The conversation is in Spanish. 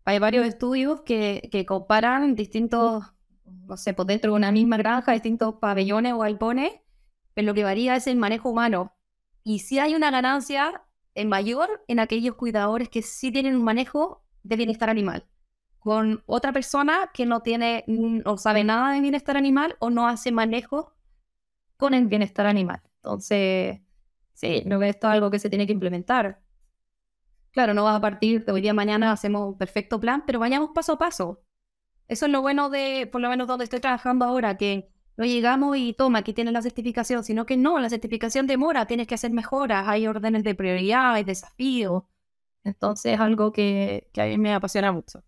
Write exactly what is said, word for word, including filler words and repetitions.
Hay varios estudios que, que comparan distintos, no sé, pues dentro de una misma granja, distintos pabellones o galpones, pero lo que varía es el manejo humano. Y sí hay una ganancia en mayor en aquellos cuidadores que sí tienen un manejo de bienestar animal, con otra persona que no tiene, no sabe nada de bienestar animal o no hace manejo con el bienestar animal. Entonces, sí, creo que esto es algo que se tiene que implementar. Claro, no va a partir de hoy día a mañana, hacemos un perfecto plan, pero vayamos paso a paso. Eso es lo bueno de, por lo menos donde estoy trabajando ahora, que no llegamos y toma, aquí tienes la certificación, sino que no, la certificación demora, tienes que hacer mejoras, hay órdenes de prioridad, hay desafíos. Entonces es algo que, que a mí me apasiona mucho.